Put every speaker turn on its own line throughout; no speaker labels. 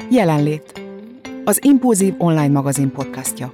Jelenlét. Az Impulzív online magazin podcastja.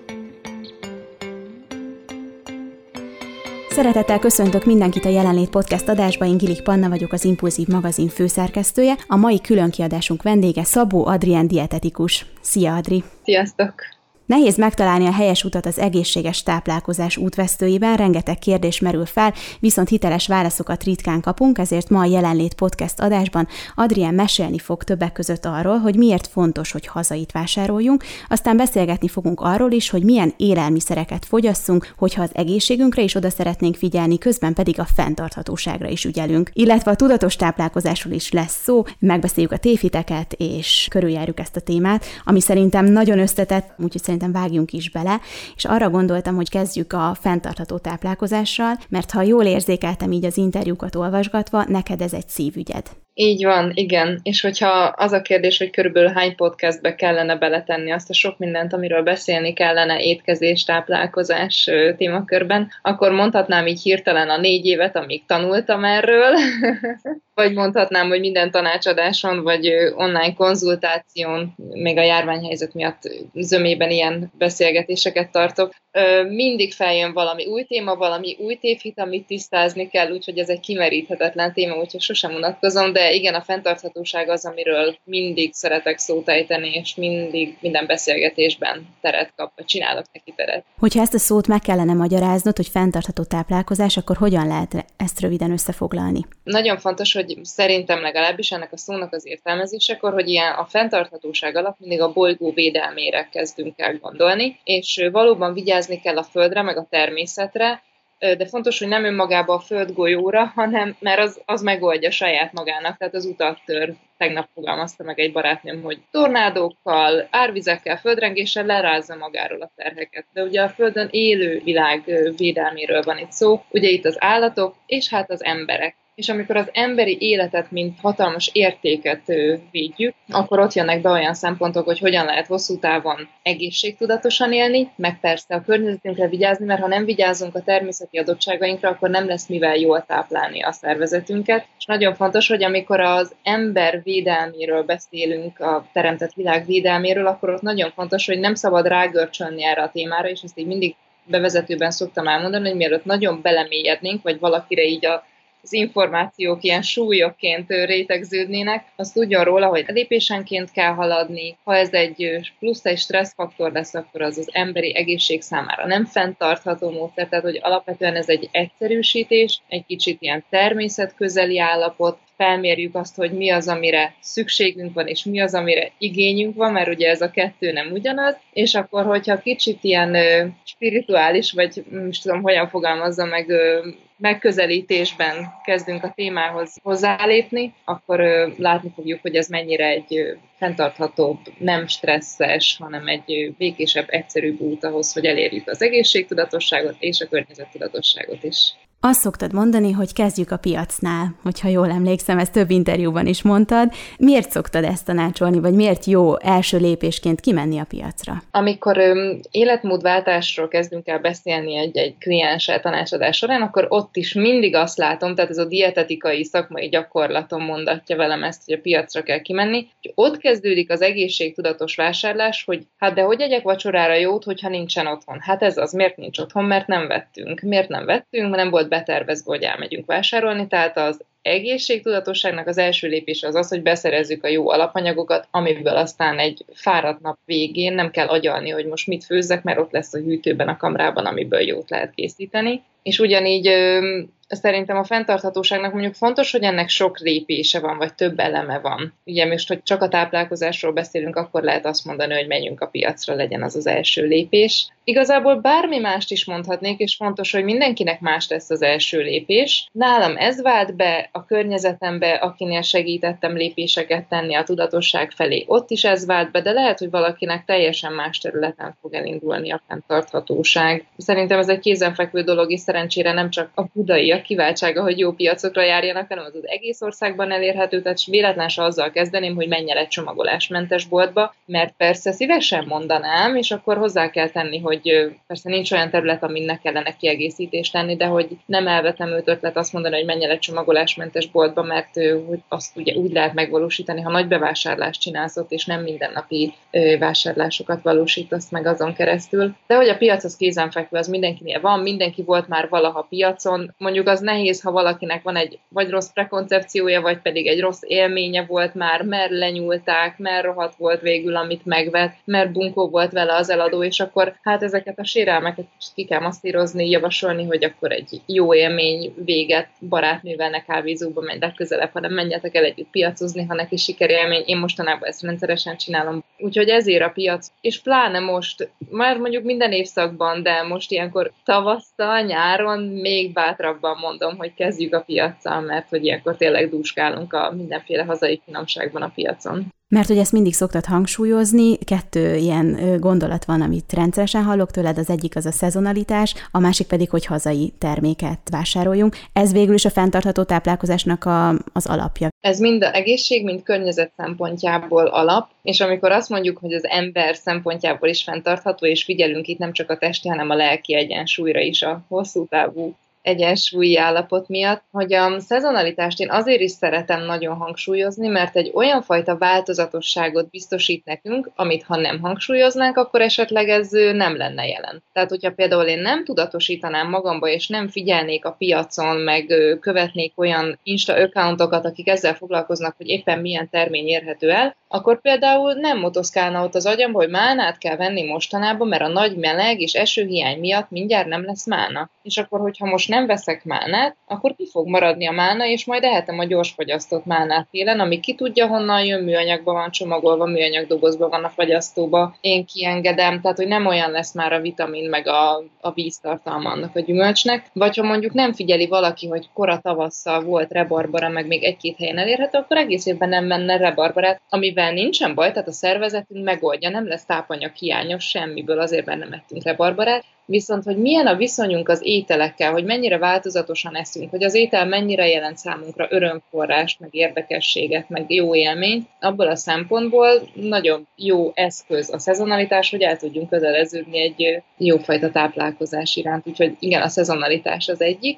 Szeretettel köszöntök mindenkit a Jelenlét podcast adásba, én Gilik Panna vagyok, az Impulzív magazin főszerkesztője. A mai különkiadásunk vendége Szabó Adrián dietetikus. Szia, Adri!
Sziasztok!
Nehéz megtalálni a helyes utat az egészséges táplálkozás útvesztőiben, rengeteg kérdés merül fel, viszont hiteles válaszokat ritkán kapunk, ezért ma a Jelenlét podcast adásban Adrián mesélni fog többek között arról, hogy miért fontos, hogy hazait vásároljunk, aztán beszélgetni fogunk arról is, hogy milyen élelmiszereket fogyasszunk, hogyha az egészségünkre is oda szeretnénk figyelni, közben pedig a fenntarthatóságra is ügyelünk. Illetve a tudatos táplálkozásról is lesz szó, megbeszéljük a tévhiteket és körüljárjuk ezt a témát, ami szerintem nagyon összetett, úgyhogy szerintem vágjunk is bele, és arra gondoltam, hogy kezdjük a fenntartható táplálkozással, mert ha jól érzékeltem így az interjúkat olvasgatva, neked ez egy szívügyed.
Így van, igen. És hogyha az a kérdés, hogy körülbelül hány podcastbe kellene beletenni azt a sok mindent, amiről beszélni kellene étkezés, táplálkozás témakörben, akkor mondhatnám így hirtelen a 4 évet, amíg tanultam erről, vagy mondhatnám, hogy minden tanácsadáson, vagy online konzultáción, még a járványhelyzet miatt zömében ilyen beszélgetéseket tartok. Mindig feljön valami új téma, valami új tévhit, amit tisztázni kell, úgyhogy ez egy kimeríthetetlen téma, úgyhogy sosem unatkozom, de igen, a fenntarthatóság az, amiről mindig szeretek szót ejteni, és mindig minden beszélgetésben teret kap, vagy csinálok neki teret.
Hogyha ezt a szót meg kellene magyaráznod, hogy fenntartható táplálkozás, akkor hogyan lehet ezt röviden összefoglalni?
Nagyon fontos, hogy szerintem legalábbis ennek a szónak az értelmezésekor, hogy ilyen a fenntarthatóság alatt mindig a bolygó védelmére kezdünk el gondolni, és valóban vigyázni kell a földre, meg a természetre, de fontos, hogy nem önmagába a földgolyóra, hanem mert az megoldja saját magának, tehát az utat tör. Tegnap fogalmazta meg egy barátnőm, hogy tornádókkal, árvizekkel, földrengéssel lerázza magáról a terheket. De ugye a Földön élő világ védelméről van itt szó, ugye itt az állatok, és hát az emberek. És amikor az emberi életet, mint hatalmas értéket védjük, akkor ott jönnek be olyan szempontok, hogy hogyan lehet hosszú távon egészségtudatosan élni, meg persze a környezetünkre vigyázni, mert ha nem vigyázunk a természeti adottságainkra, akkor nem lesz mivel jól táplálni a szervezetünket. És nagyon fontos, hogy amikor az ember védelméről beszélünk, a teremtett világ védelméről, akkor ott nagyon fontos, hogy nem szabad rágörcsölni erre a témára, és ezt így mindig bevezetőben szoktam elmondani, hogy mielőtt nagyon belemélyednénk, vagy valakire így az információk ilyen súlyokként rétegződnének, azt tudjon róla, hogy lépésenként kell haladni. Ha ez egy plusz egy stresszfaktor lesz, akkor az az emberi egészség számára nem fenntartható módszer, tehát hogy alapvetően ez egy egyszerűsítés, egy kicsit ilyen természetközeli állapot, felmérjük azt, hogy mi az, amire szükségünk van, és mi az, amire igényünk van, mert ugye ez a kettő nem ugyanaz, és akkor, hogyha kicsit ilyen spirituális, vagy most tudom, hogyan fogalmazzam meg, megközelítésben kezdünk a témához hozzálépni, akkor látni fogjuk, hogy ez mennyire egy fenntarthatóbb, nem stresszes, hanem egy békésebb, egyszerűbb út ahhoz, hogy elérjük az egészségtudatosságot és a környezettudatosságot is.
Azt szoktad mondani, hogy kezdjük a piacnál, hogyha jól emlékszem, ezt több interjúban is mondtad. Miért szoktad ezt tanácsolni, vagy miért jó első lépésként kimenni a piacra?
Amikor életmódváltásról kezdünk el beszélni egy klienssel tanácsadás során, akkor ott is mindig azt látom, tehát ez a dietetikai szakmai gyakorlatom mondatja velem ezt, hogy a piacra kell kimenni, hogy ott kezdődik az egészségtudatos vásárlás, hogy hát de hogy egyek vacsorára jót, hogyha nincsen otthon? Hát ez az, miért nincs otthon? Mert nem vettünk. Miért nem vettünk? Mert nem volt betervezve, hogy elmegyünk vásárolni, tehát az egészségtudatosságnak az első lépés az, hogy beszerezzük a jó alapanyagokat, amiből aztán egy fáradt nap végén nem kell agyalni, hogy most mit főzzek, mert ott lesz a hűtőben, a kamrában, amiből jót lehet készíteni. És ugyanígy szerintem a fenntarthatóságnak mondjuk fontos, hogy ennek sok lépése van, vagy több eleme van. Ugye most, hogy csak a táplálkozásról beszélünk, akkor lehet azt mondani, hogy menjünk a piacra, legyen az az első lépés. Igazából bármi mást is mondhatnék, és fontos, hogy mindenkinek más lesz az első lépés. Nálam ez vált be, a környezetembe, akinél segítettem lépéseket tenni a tudatosság felé, ott is ez vált be, de lehet, hogy valakinek teljesen más területen fog elindulni a fenntarthatóság. Szerintem ez egy kézenfekvő dolog, és szerencsére nem csak a budaiak kiváltsága, hogy jó piacokra járjanak, hanem az egész országban elérhető, tehát véletlen se azzal kezdeném, hogy menj el egy csomagolásmentes boltba, mert persze szívesen mondanám, és akkor hozzá kell tenni, hogy persze nincs olyan terület, amin ne kellene kiegészítést tenni, de hogy nem elvetemült ötlet azt mondani, hogy menj el egy csomagolásmentes zsírosmentes boltba, mert hogy azt ugye úgy lehet megvalósítani, ha nagy bevásárlást csinálsz ott, és nem mindennapi vásárlásokat valósítasz meg azon keresztül. De hogy a piac az kézenfekvő, az mindenkinél van, mindenki volt már valaha piacon. Mondjuk az nehéz, ha valakinek van egy vagy rossz prekoncepciója, vagy pedig egy rossz élménye volt már, mert lenyúlták, mert rohadt volt végül, amit megvett, mert bunkó volt vele az eladó, és akkor hát ezeket a sérelmeket ki kell masszírozni, javasolni, hogy akkor egy jó élmény véget, barátnővel ne kávézóba menj legközelebb, hanem menjetek el együtt piacozni, ha neki sikerélmény. Én mostanában ezt rendszeresen csinálom. Úgyhogy ezért a piac, és pláne most, már mondjuk minden évszakban, de most ilyenkor tavasszal, nyáron még bátrabban mondom, hogy kezdjük a piaccal, mert hogy ilyenkor tényleg dúskálunk a mindenféle hazai finomságban a piacon.
Mert hogy ezt mindig szoktad hangsúlyozni, 2 ilyen gondolat van, amit rendszeresen hallok tőled, az egyik az a szezonalitás, a másik pedig, hogy hazai terméket vásároljunk. Ez végül is a fenntartható táplálkozásnak az alapja.
Ez mind egészség, mind környezet szempontjából alap, és amikor azt mondjuk, hogy az ember szempontjából is fenntartható, és figyelünk itt nem csak a testi, hanem a lelki egyensúlyra is a hosszú távú egyensúlyi állapot miatt, hogy a szezonalitást én azért is szeretem nagyon hangsúlyozni, mert egy olyan fajta változatosságot biztosít nekünk, amit ha nem hangsúlyoznánk, akkor esetleg ez nem lenne jelen. Tehát, hogyha például én nem tudatosítanám magamba, és nem figyelnék a piacon, meg követnék olyan Insta accountokat, akik ezzel foglalkoznak, hogy éppen milyen termény érhető el, akkor például nem motoszkálna ott az agyamba, hogy málnát kell venni mostanában, mert a nagy meleg és esőhiány miatt mindjárt nem lesz málna. És akkor, hogyha most nem veszek málnát, akkor ki fog maradni a málna, és majd ehetem a gyorsfagyasztott málnát télen, ami ki tudja honnan jön, műanyagban van csomagolva, műanyag dobozban van a fagyasztóba, én kiengedem, tehát hogy nem olyan lesz már a vitamin meg a víztartalma annak a gyümölcsnek. Vagy ha mondjuk nem figyeli valaki, hogy kora tavasszal volt rebarbara, meg még 1-2 helyen elérhető, akkor egész évben nem menne rebarbarát, amivel nincsen baj, tehát a szervezetünk megoldja, nem lesz tápanyag hiányos semmiből, azért nem ettünk rebarbarát. Viszont, hogy milyen a viszonyunk az ételekkel, hogy mennyire változatosan eszünk, hogy az étel mennyire jelent számunkra örömforrást, meg érdekességet, meg jó élményt, abból a szempontból nagyon jó eszköz a szezonalitás, hogy el tudjunk köteleződni egy jófajta táplálkozás iránt. Úgyhogy igen, a szezonalitás az egyik.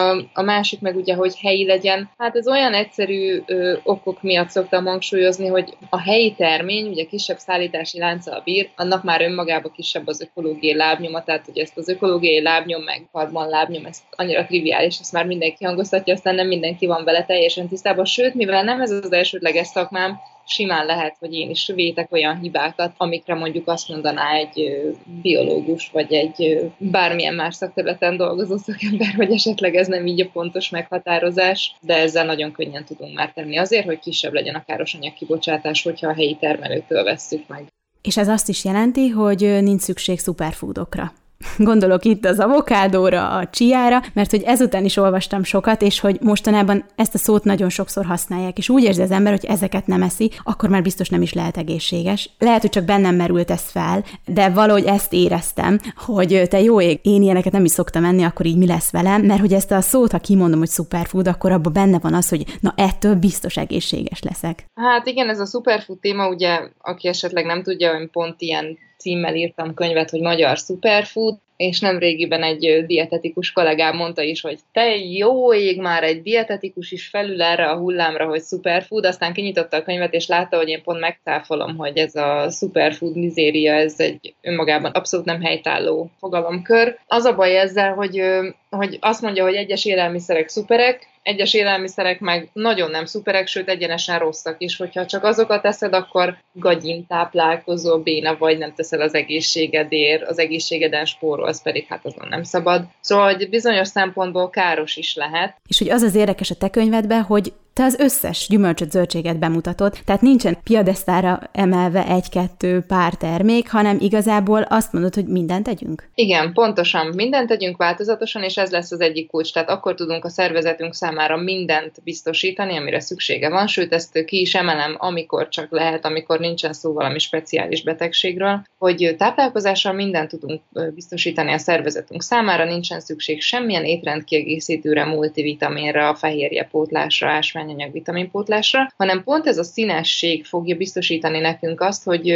A másik meg ugye, hogy helyi legyen. Hát ez olyan egyszerű okok miatt szoktam hangsúlyozni, hogy a helyi termény, ugye kisebb szállítási lánccal bír, annak már önmagában kisebb az ökológiai lábnyoma, tehát hogy ezt az ökológiai lábnyom, meg karbon lábnyom, ezt annyira triviális, ezt már mindenki hangoztatja, aztán nem mindenki van vele teljesen tisztában. Sőt, mivel nem ez az elsődleges szakmám, simán lehet, hogy én is vétek olyan hibákat, amikre mondjuk azt mondaná egy biológus, vagy egy bármilyen más szakterületen dolgozó szakember, hogy esetleg ez nem így a pontos meghatározás, de ezzel nagyon könnyen tudunk már tenni azért, hogy kisebb legyen a károsanyag kibocsátás, hogyha a helyi termelőtől vesszük meg.
És ez azt is jelenti, hogy nincs szükség szuperfoodokra. Gondolok itt az avokádóra, a csiára, mert hogy ezután is olvastam sokat, és hogy mostanában ezt a szót nagyon sokszor használják, és úgy érzi az ember, hogy ezeket nem eszi, akkor már biztos nem is lehet egészséges. Lehet, hogy csak bennem merült ez fel, de valahogy ezt éreztem, hogy te jó ég, én ilyeneket nem is szoktam enni, akkor így mi lesz velem, mert hogy ezt a szót, ha kimondom, hogy superfood, akkor abban benne van az, hogy na ettől biztos egészséges leszek.
Hát igen, ez a superfood téma, ugye, aki esetleg nem tudja, hogy pont ilyen címmel írtam könyvet, hogy Magyar Superfood, és nemrégiben egy dietetikus kollégám mondta is, hogy te jó ég, már egy dietetikus is felül erre a hullámra, hogy superfood, aztán kinyitotta a könyvet, és látta, hogy én pont megcáfolom, hogy ez a superfood mizéria, ez egy önmagában abszolút nem helytálló fogalomkör. Az a baj ezzel, hogy azt mondja, hogy egyes élelmiszerek szuperek, egyes élelmiszerek meg nagyon nem szuperek, sőt egyenesen rosszak is. Hogyha csak azokat teszed, akkor gagyin táplálkozó, béna vagy, nem teszel az egészségedért, az egészségeden spórolsz, pedig hát azon nem szabad. Szóval, hogy bizonyos szempontból káros is lehet.
És hogy az az érdekes a te könyvedben, hogy te az összes gyümölcsöt, zöldséget bemutatod, tehát nincsen piadesztára emelve 1-2 pár termék, hanem igazából azt mondod, hogy mindent tegyünk?
Igen, pontosan. Mindent tegyünk változatosan, és ez lesz az egyik kulcs. Tehát akkor tudunk a szervezetünk számára mindent biztosítani, amire szüksége van, sőt, ezt ki is emelem, amikor csak lehet, amikor nincsen szó valami speciális betegségről, hogy táplálkozással mindent tudunk biztosítani a szervezetünk számára, nincsen szükség semmilyen étrendkiegészítőre, multivitaminra, fehérjepótlásra, ásványanyag vitaminpótlásra, hanem pont ez a színesség fogja biztosítani nekünk azt, hogy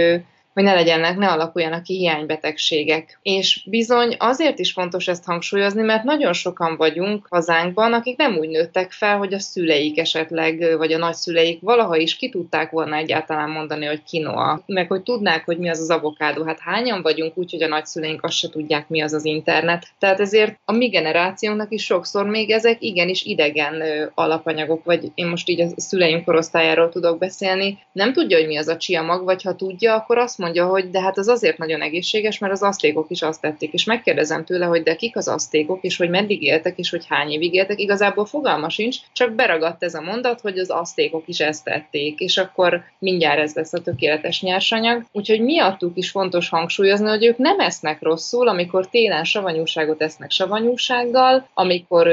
ne alakuljanak ki hiánybetegségek. És bizony azért is fontos ezt hangsúlyozni, mert nagyon sokan vagyunk hazánkban, akik nem úgy nőttek fel, hogy a szüleik esetleg, vagy a nagyszüleik valaha is ki tudták volna egyáltalán mondani, hogy quinoa, meg hogy tudnák, hogy mi az az avokádó. Hát hányan vagyunk úgy, hogy a nagyszüleink azt se tudják, mi az az internet. Tehát ezért a mi generációnknak is sokszor még ezek igenis idegen alapanyagok, vagy én most így a szüleim korosztályáról tudok beszélni, nem tudja, hogy mi az a chia mag, vagy ha tudja, akkor azt mondja, hogy de hát az azért nagyon egészséges, mert az aztékok is azt tették. És megkérdezem tőle, hogy de kik az aztékok, és hogy meddig éltek, és hogy hány évig éltek. Igazából fogalma sincs, csak beragadt ez a mondat, hogy az aztékok is ezt tették, és akkor mindjárt ez lesz a tökéletes nyersanyag. Úgyhogy miattuk is fontos hangsúlyozni, hogy ők nem esznek rosszul, amikor télen savanyúságot esznek savanyúsággal, amikor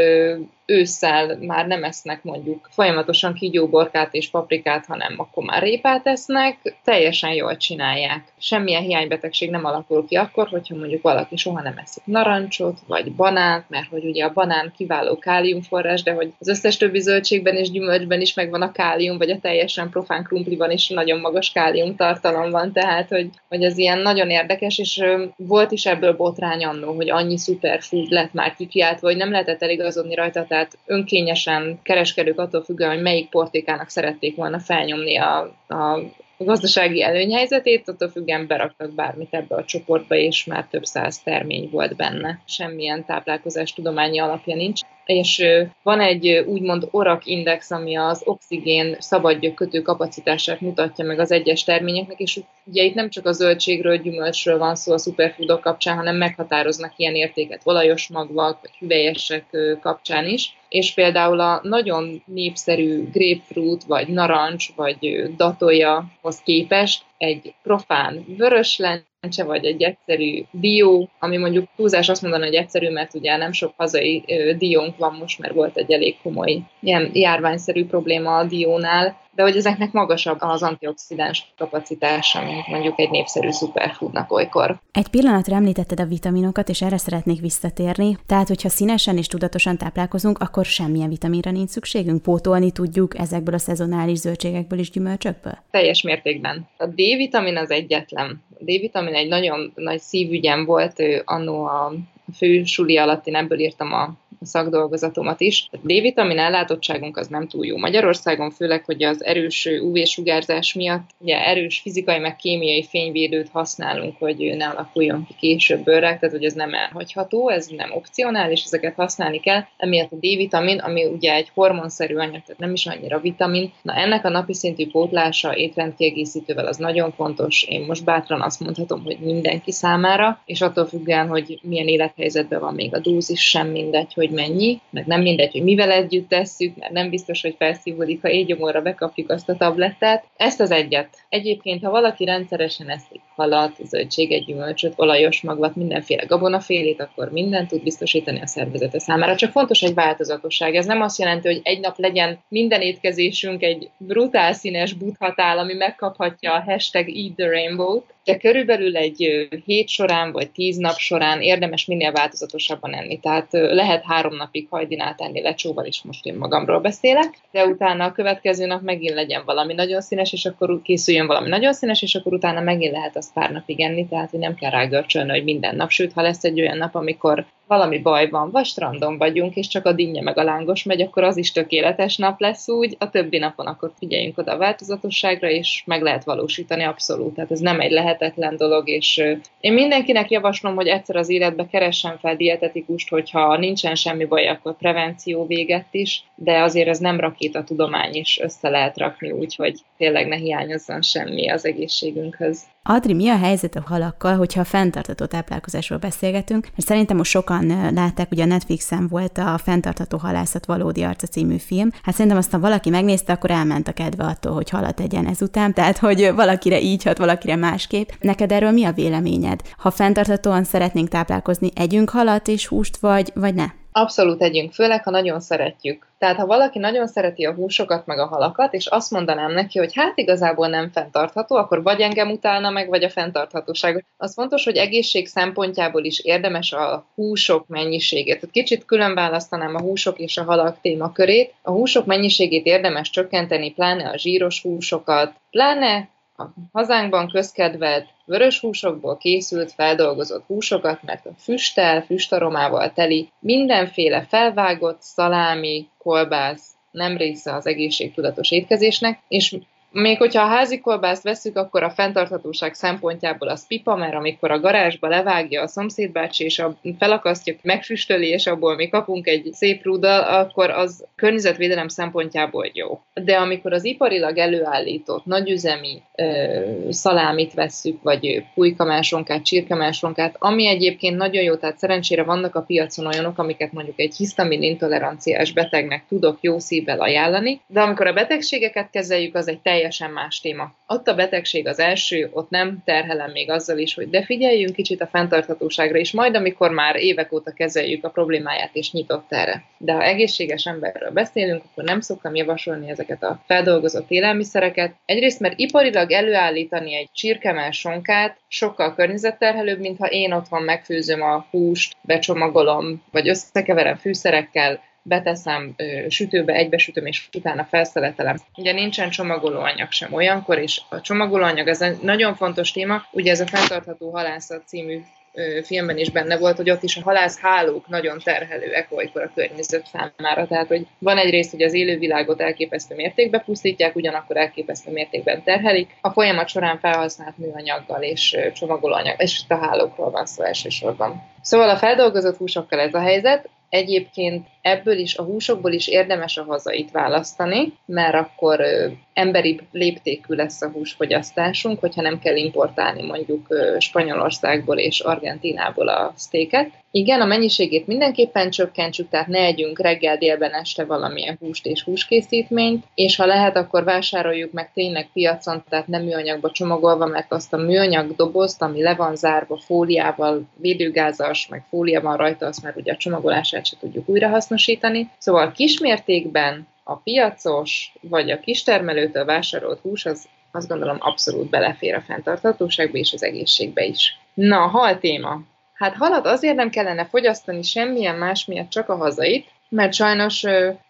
ősszel már nem esznek mondjuk folyamatosan kígyóborkát és paprikát, hanem akkor már répát esznek, teljesen jól csinálják. Semmilyen hiánybetegség nem alakul ki akkor, hogyha mondjuk valaki soha nem eszik narancsot, vagy banánt, mert hogy ugye a banán kiváló káliumforrás, de hogy az összes többi zöldségben és gyümölcsben is megvan a kálium, vagy a teljesen profán krumpliban is nagyon magas kálium tartalom van, tehát hogy ez ilyen nagyon érdekes, és volt is ebből botrány annó, hogy annyi superfood lett már kikiáltva, hogy nem lehetett eligazodni rajta, tehát önkényesen kereskedők attól függően, hogy melyik portékának szerették volna felnyomni a gazdasági előnyhelyzetét, attól függően beraktak bármit ebbe a csoportba, és már több száz termény volt benne. Semmilyen táplálkozás tudományi alapja nincs. És van egy úgymond ORAC index, ami az oxigén szabadgyök kötő kapacitását mutatja meg az egyes terményeknek, és ugye itt nem csak a zöldségről, gyümölcsről van szó a superfoodok kapcsán, hanem meghatároznak ilyen értéket olajos magvak, vagy hüvelyesek kapcsán is. És például a nagyon népszerű grapefruit, vagy narancs, vagy datolyahoz képest egy profán vörös lencse, vagy egy egyszerű dió, ami mondjuk túlzás azt mondani, hogy egyszerű, mert ugye nem sok hazai diónk van most, mert volt egy elég komoly ilyen járványszerű probléma a diónál, de hogy ezeknek magasabb az antioxidáns kapacitása, mint mondjuk egy népszerű superfoodnak olykor.
Egy pillanatra említetted a vitaminokat, és erre szeretnék visszatérni. Tehát, hogyha színesen és tudatosan táplálkozunk, akkor semmilyen vitaminra nincs szükségünk? Pótolni tudjuk ezekből a szezonális zöldségekből és gyümölcsökből?
Teljes mértékben. A D-vitamin az egyetlen. A D-vitamin egy nagyon nagy szívügyem volt annó a fősuli alatt, én ebből írtam a szakdolgozatomat is. A D-vitamin ellátottságunk az nem túl jó. Magyarországon főleg, hogy az erős UV-sugárzás miatt ugye erős fizikai meg kémiai fényvédőt használunk, hogy ne alakuljon ki később bőrrák, tehát hogy ez nem elhagyható, ez nem opcionális, ezeket használni kell. Emiatt a D-vitamin, ami ugye egy hormonszerű anyag, tehát nem is annyira vitamin, na ennek a napi szintű pótlása étrendkiegészítővel az nagyon fontos. Én most bátran azt mondhatom, hogy mindenki számára, és attól függően, hogy milyen élethelyzetben van még a dózis, sem mindegy, hogy mennyi, meg nem mindegy, hogy mivel együtt tesszük, mert nem biztos, hogy felszívódik, ha éjgyomorra bekapjuk azt a tablettát. Ezt az egyet. Egyébként, ha valaki rendszeresen eszik halat, zöldséget, gyümölcsöt, olajos magvat, mindenféle gabonafélét, akkor mindent tud biztosítani a szervezete számára. Csak fontos egy változatosság. Ez nem azt jelenti, hogy egy nap legyen minden étkezésünk egy brutál színes buthatál, ami megkaphatja a hashtag Eat the Rainbow-t, de körülbelül egy hét során, vagy 10 nap során érdemes minél változatosabban enni. Tehát lehet 3 napig hajdinát enni lecsóval is, most én magamról beszélek, de utána a következő nap megint legyen valami nagyon színes, és akkor készüljön valami nagyon színes, és akkor utána megint lehet azt pár napig enni, tehát hogy nem kell rágörcsölni, hogy minden nap, sőt, ha lesz egy olyan nap, amikor valami baj van, vagy strandon vagyunk, és csak a dinnye meg a lángos megy, akkor az is tökéletes nap lesz úgy, a többi napon akkor figyeljünk oda a változatosságra, és meg lehet valósítani abszolút. Tehát ez nem egy lehetetlen dolog, és én mindenkinek javaslom, hogy egyszer az életbe keressen fel dietetikust, hogyha nincsen semmi baj, akkor prevenció véget is, de azért ez nem rakétatudomány, és össze lehet rakni úgy, hogy tényleg ne hiányozzon semmi az egészségünkhöz.
Adri, mi a helyzet a halakkal, hogyha a fenntartható táplálkozásról beszélgetünk? Mert szerintem most sokan látták, ugye a Netflixen volt a Fenntartható halászat valódi arca című film. Hát szerintem aztán valaki megnézte, akkor elment a kedve attól, hogy halat egyen ezután, tehát hogy valakire így hat, valakire másképp. Neked erről mi a véleményed? Ha fenntarthatóan szeretnénk táplálkozni, együnk halat és húst, vagy ne?
Abszolút együnk, főleg, ha nagyon szeretjük. Tehát, ha valaki nagyon szereti a húsokat, meg a halakat, és azt mondanám neki, hogy hát igazából nem fenntartható, akkor vagy engem utálna meg, vagy a fenntarthatóságot. Az fontos, hogy egészség szempontjából is érdemes a húsok mennyiségét. Tehát kicsit külön választanám a húsok és a halak témakörét. A húsok mennyiségét érdemes csökkenteni, pláne a zsíros húsokat, pláne a hazánkban közkedvelt vörös húsokból készült feldolgozott húsokat, mert a füstaromával teli mindenféle felvágott szalámi, kolbász nem része az egészségtudatos étkezésnek, és még hogyha a házi kolbászt vesszük, akkor a fenntarthatóság szempontjából az pipa, mert amikor a garázsba levágja a szomszédbácsi, és felakasztja, megfüstöli, és abból mi kapunk egy szép rúddal, akkor az környezetvédelem szempontjából jó. De amikor az iparilag előállított nagyüzemi szalámit vesszük, vagy pulykamásonkát, csirkemásonkát, ami egyébként nagyon jó, tehát szerencsére vannak a piacon olyanok, amiket mondjuk egy hisztamin intoleranciás betegnek tudok jó szívvel ajánlani, de amikor a betegségeket kezeljük, az egy teljesen más téma. Ott a betegség az első, ott nem terhelem még azzal is, hogy de figyeljünk kicsit a fenntarthatóságra, és majd amikor már évek óta kezeljük a problémáját, és nyitott erre. De ha egészséges emberről beszélünk, akkor nem szoktam javasolni ezeket a feldolgozott élelmiszereket. Egyrészt, mert iparilag előállítani egy csirkemell sonkát sokkal környezetterhelőbb, mintha én otthon megfőzöm a húst, becsomagolom, vagy összekeverem fűszerekkel, beteszem sütőbe, egybesütöm, és utána felszeletelem. Ugye nincsen csomagolóanyag sem olyankor, és a csomagolóanyag ez egy nagyon fontos téma. Ugye ez a Fenntartható Halászat című filmben is benne volt, hogy ott is a halászhálók nagyon terhelőek olykor a környezet számára. Tehát, hogy van egy rész, hogy az élővilágot elképesztő mértékben pusztítják, ugyanakkor elképesztő mértékben terhelik. A folyamat során felhasznált műanyaggal és csomagolóanyag, és a hálókról van szó elsősorban. Szóval a feldolgozott húsokkal ez a helyzet. Egyébként ebből is, a húsokból is érdemes a hazait választani, mert akkor emberibb léptékű lesz a húsfogyasztásunk, hogyha nem kell importálni mondjuk Spanyolországból és Argentínából a sztéket. Igen, a mennyiségét mindenképpen csökkentsük, tehát ne együnk reggel, délben, este valamilyen húst és húskészítményt, és ha lehet, akkor vásároljuk meg tényleg piacon, tehát nem műanyagba csomagolva, mert azt a műanyag dobozt, ami le van zárva fóliával, védőgázas, meg fólia van rajta, azt már ugye a csomagolását se tudjuk újrahasznosítani. Szóval kismértékben a piacos vagy a kistermelőtől vásárolt hús, az azt gondolom abszolút belefér a fenntarthatóságba és az egészségbe is. Na, hal téma. Hát halat azért nem kellene fogyasztani semmilyen más miatt, csak a hazait, mert sajnos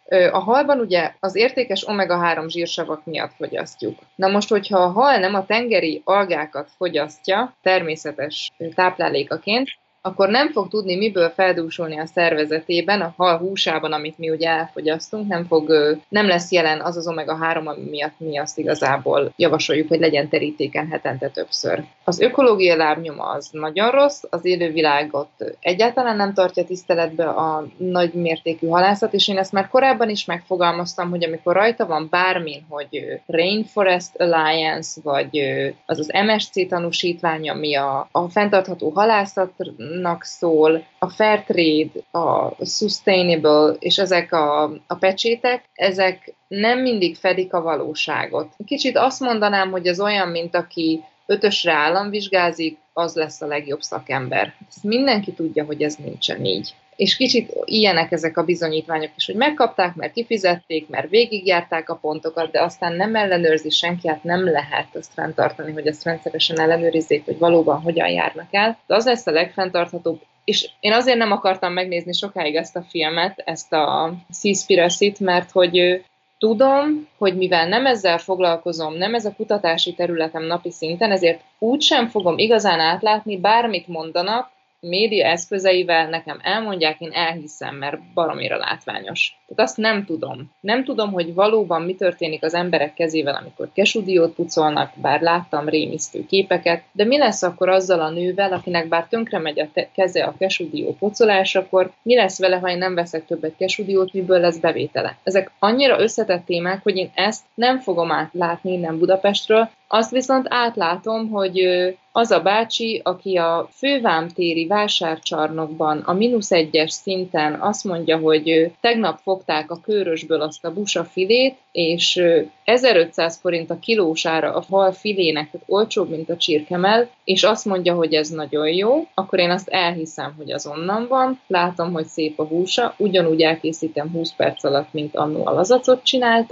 a halban ugye az értékes omega-3 zsírsavak miatt fogyasztjuk. Na most, hogyha a hal nem a tengeri algákat fogyasztja természetes táplálékaként, akkor nem fog tudni miből feldúsulni a szervezetében, a hal húsában, amit mi ugye elfogyasztunk, nem lesz jelen az az omega-3, ami miatt mi azt igazából javasoljuk, hogy legyen terítéken hetente többször. Az ökológiai lábnyoma az nagyon rossz, az élővilágot egyáltalán nem tartja tiszteletbe a nagy mértékű halászat, és én ezt már korábban is megfogalmaztam, hogy amikor rajta van bármin, hogy Rainforest Alliance, vagy az az MSC tanúsítvány, ami a fenntartható halászatnak szól, a Fairtrade, a Sustainable, és ezek a pecsétek, ezek nem mindig fedik a valóságot. Kicsit azt mondanám, hogy ez olyan, mint aki 5-ösre államvizsgázik, az lesz a legjobb szakember. Ezt mindenki tudja, hogy ez nincsen így. És kicsit ilyenek ezek a bizonyítványok is, hogy megkapták, mert kifizették, mert végigjárták a pontokat, de aztán nem ellenőrzi senki, hát nem lehet azt fenntartani, hogy ezt rendszeresen ellenőrizzék, hogy valóban hogyan járnak el. De az lesz a legfenntarthatóbb. És én azért nem akartam megnézni sokáig ezt a filmet, ezt a Seaspiracy-t, mert hogy tudom, hogy mivel nem ezzel foglalkozom, nem ez a kutatási területem napi szinten, ezért úgysem fogom igazán átlátni, bármit mondanak, média eszközeivel nekem elmondják, én elhiszem, mert baromira látványos. Tehát azt nem tudom. Nem tudom, hogy valóban mi történik az emberek kezével, amikor kesudiót pucolnak, bár láttam rémisztő képeket, de mi lesz akkor azzal a nővel, akinek bár tönkre megy a keze a kesudió pucolásakor, mi lesz vele, ha én nem veszek többet kesudiót, miből lesz bevétele? Ezek annyira összetett témák, hogy én ezt nem fogom átlátni innen Budapestről, azt viszont átlátom, hogy az a bácsi, aki a fővámtéri vásárcsarnokban a -1-es szinten azt mondja, hogy tegnap fogták a Kőrösből azt a busafilét, és 1500 forint a kilósára a hal filének, tehát olcsóbb, mint a csirkemell, és azt mondja, hogy ez nagyon jó, akkor én azt elhiszem, hogy az onnan van, látom, hogy szép a húsa, ugyanúgy elkészítem 20 perc alatt, mint annó a lazacot csináltam,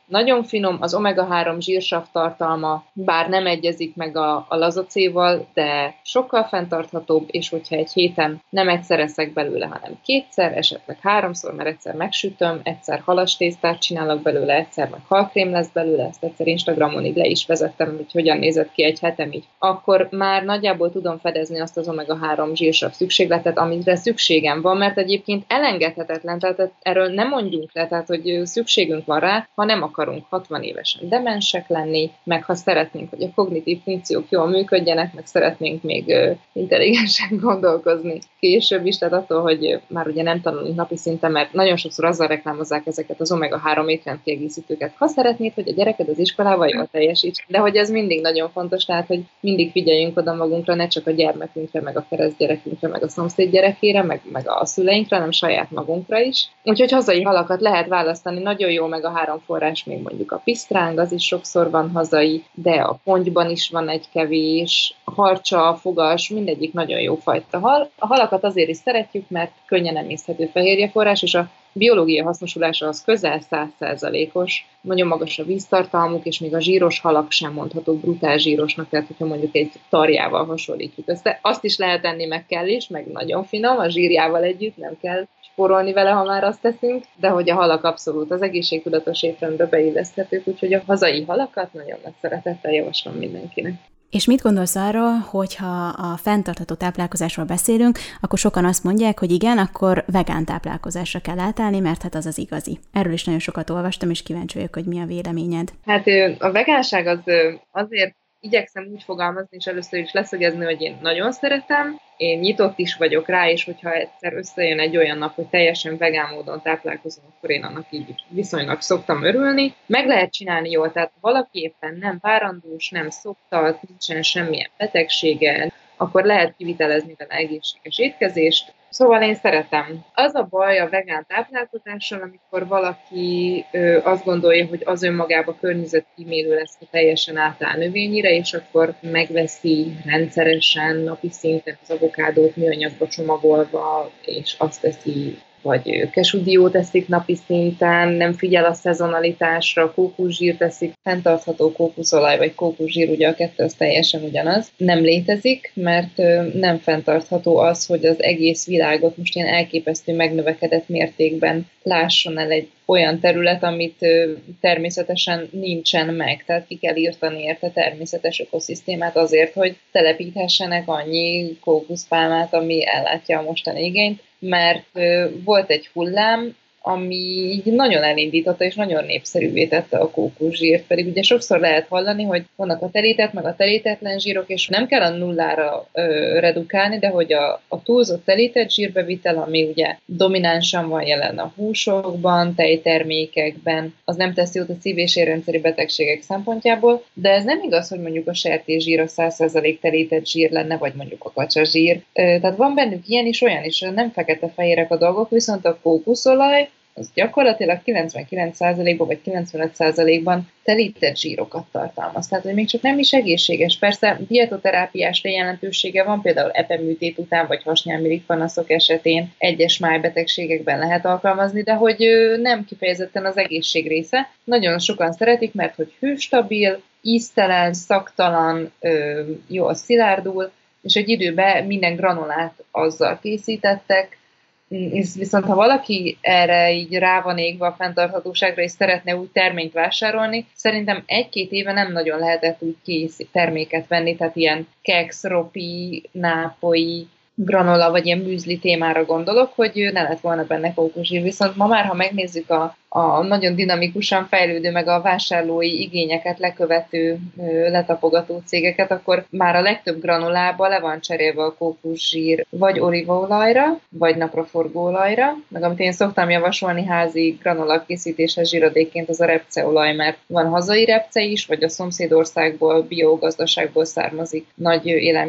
nagyon finom, az omega-3 zsírsav tartalma, bár nem egyezik meg a lazacéval, de sokkal fenntarthatóbb, és hogyha egy héten nem egyszer eszek belőle, hanem kétszer, esetleg háromszor, mert egyszer megsütöm, egyszer halastésztát csinálok belőle, egyszer meg halkrém lesz belőle, ezt egyszer Instagramon így le is vezettem, hogy hogyan nézett ki egy hetem így, akkor már nagyjából tudom fedezni azt az omega-3 zsírsav szükségletet, amire szükségem van, mert egyébként elengedhetetlen, tehát erről nem mondjunk le, tehát hogy szükségünk van rá, ha nem akarunk 60 évesen demensek lenni, meg ha szeretnénk, hogy a kognitív funkciók jól működjenek, meg szeretnénk még intelligensen gondolkozni később is, tehát attól, hogy már ugye nem tanulunk napi szinten, mert nagyon sokszor azzal reklámozzák ezeket az omega-3 étrendkiegészítőket. Ha szeretnéd, hogy a gyereked az iskolában jól teljesíts, de hogy ez mindig nagyon fontos, tehát hogy mindig figyeljünk oda magunkra, ne csak a gyermekünkre, meg a keresztgyerekünkre, meg a szomszéd gyerekére, meg a szüleinkre, hanem saját magunkra is. Úgyhogy hazai halakat lehet választani, nagyon jó omega-3 forrás, még mondjuk a pisztráng, az is sokszor van hazai, de a pontyban is van egy kevés, a harcsa, a fogas, mindegyik nagyon jó fajta hal. A halakat azért is szeretjük, mert könnyen emészthető fehérjeforrás, és a biológia hasznosulása az közel 100%-os, nagyon magas a víztartalmuk, és még a zsíros halak sem mondhatók brutál zsírosnak, tehát hogyha mondjuk egy tarjával hasonlítjuk össze. Azt is lehet enni, meg kell is, meg nagyon finom, a zsírjával együtt nem kell spórolni vele, ha már azt teszünk, de hogy a halak abszolút az egészségtudatos étrendbe beilleszthetők, úgyhogy a hazai halakat nagyon nagy szeretettel javaslom mindenkinek.
És mit gondolsz arról, hogyha a fenntartható táplálkozásról beszélünk, akkor sokan azt mondják, hogy igen, akkor vegán táplálkozásra kell átállni, mert hát az az igazi. Erről is nagyon sokat olvastam, és kíváncsi vagyok, hogy mi a véleményed.
Hát a vegánság az azért igyekszem úgy fogalmazni, és először is leszögezni, hogy én nagyon szeretem, én nyitott is vagyok rá, és hogyha egyszer összejön egy olyan nap, hogy teljesen vegán módon táplálkozom, akkor én annak így viszonylag szoktam örülni. Meg lehet csinálni jól, tehát ha valaki éppen nem várandós, nem szoktat, nincsen semmilyen betegsége, akkor lehet kivitelezni vele egészséges étkezést. Szóval én szeretem. Az a baj a vegán táplálkozással, amikor valaki azt gondolja, hogy az önmagában környezetkímélő lesz, ha teljesen átáll növényire, és akkor megveszi rendszeresen, napi szinten az avokádót műanyagba csomagolva, és azt teszi, vagy kesudiót teszik napi szinten, nem figyel a szezonalitásra, kókuszsírt teszik, fenntartható kókuszolaj vagy kókuszsír, ugye a kettő az teljesen ugyanaz, nem létezik, mert nem fenntartható az, hogy az egész világot most ilyen elképesztő megnövekedett mértékben lásson el egy olyan terület, amit természetesen nincsen meg, tehát ki kell írtani érte természetes ökoszisztémát azért, hogy telepíthessenek annyi kókuszpálmát, ami ellátja a mostani igényt, mert volt egy hullám, ami így nagyon elindította és nagyon népszerűvé tette a kókuszsírt, pedig ugye sokszor lehet hallani, hogy vannak a telített, meg a telítetlen zsírok, és nem kell a nullára redukálni, de hogy a túlzott telített zsírbevitel, ami ugye dominánsan van jelen a húsokban, tejtermékekben, az nem tesz jót a szív- és érrendszeri betegségek szempontjából, de ez nem igaz, hogy mondjuk a sertészsír a 100% telített zsír lenne, vagy mondjuk a kacsazsír. Tehát van bennük ilyen is, olyan is, nem fekete-fehérek a dolgok, viszont a kókuszolaj az gyakorlatilag 99%-ban vagy 95%-ban telített zsírokat tartalmaz. Tehát, hogy még csak nem is egészséges. Persze dietoterápiás jelentősége van, például epeműtét után, vagy hasnyálmirigy panaszok esetén egyes májbetegségekben lehet alkalmazni, de hogy nem kifejezetten az egészség része. Nagyon sokan szeretik, mert hogy hőstabil, íztelen, szagtalan, jól szilárdul, és egy időben minden granulát azzal készítettek, viszont ha valaki erre így rá van égve a fenntarthatóságra, és szeretne úgy terményt vásárolni, szerintem 1-2 éve nem nagyon lehetett úgy kész terméket venni, tehát ilyen keks, ropi, nápoi, granola, vagy ilyen műzli témára gondolok, hogy ne lett volna benne kókuszsír. Viszont ma már, ha megnézzük a nagyon dinamikusan fejlődő, meg a vásárlói igényeket lekövető, letapogató cégeket, akkor már a legtöbb granulába le van cserélve a kókuszsír vagy olívaolajra, vagy napraforgóolajra, meg amit én szoktam javasolni házi granola készítéshez zsíradékként, az a repceolaj, mert van hazai repce is, vagy a szomszédországból, biogazdaságból származik nagy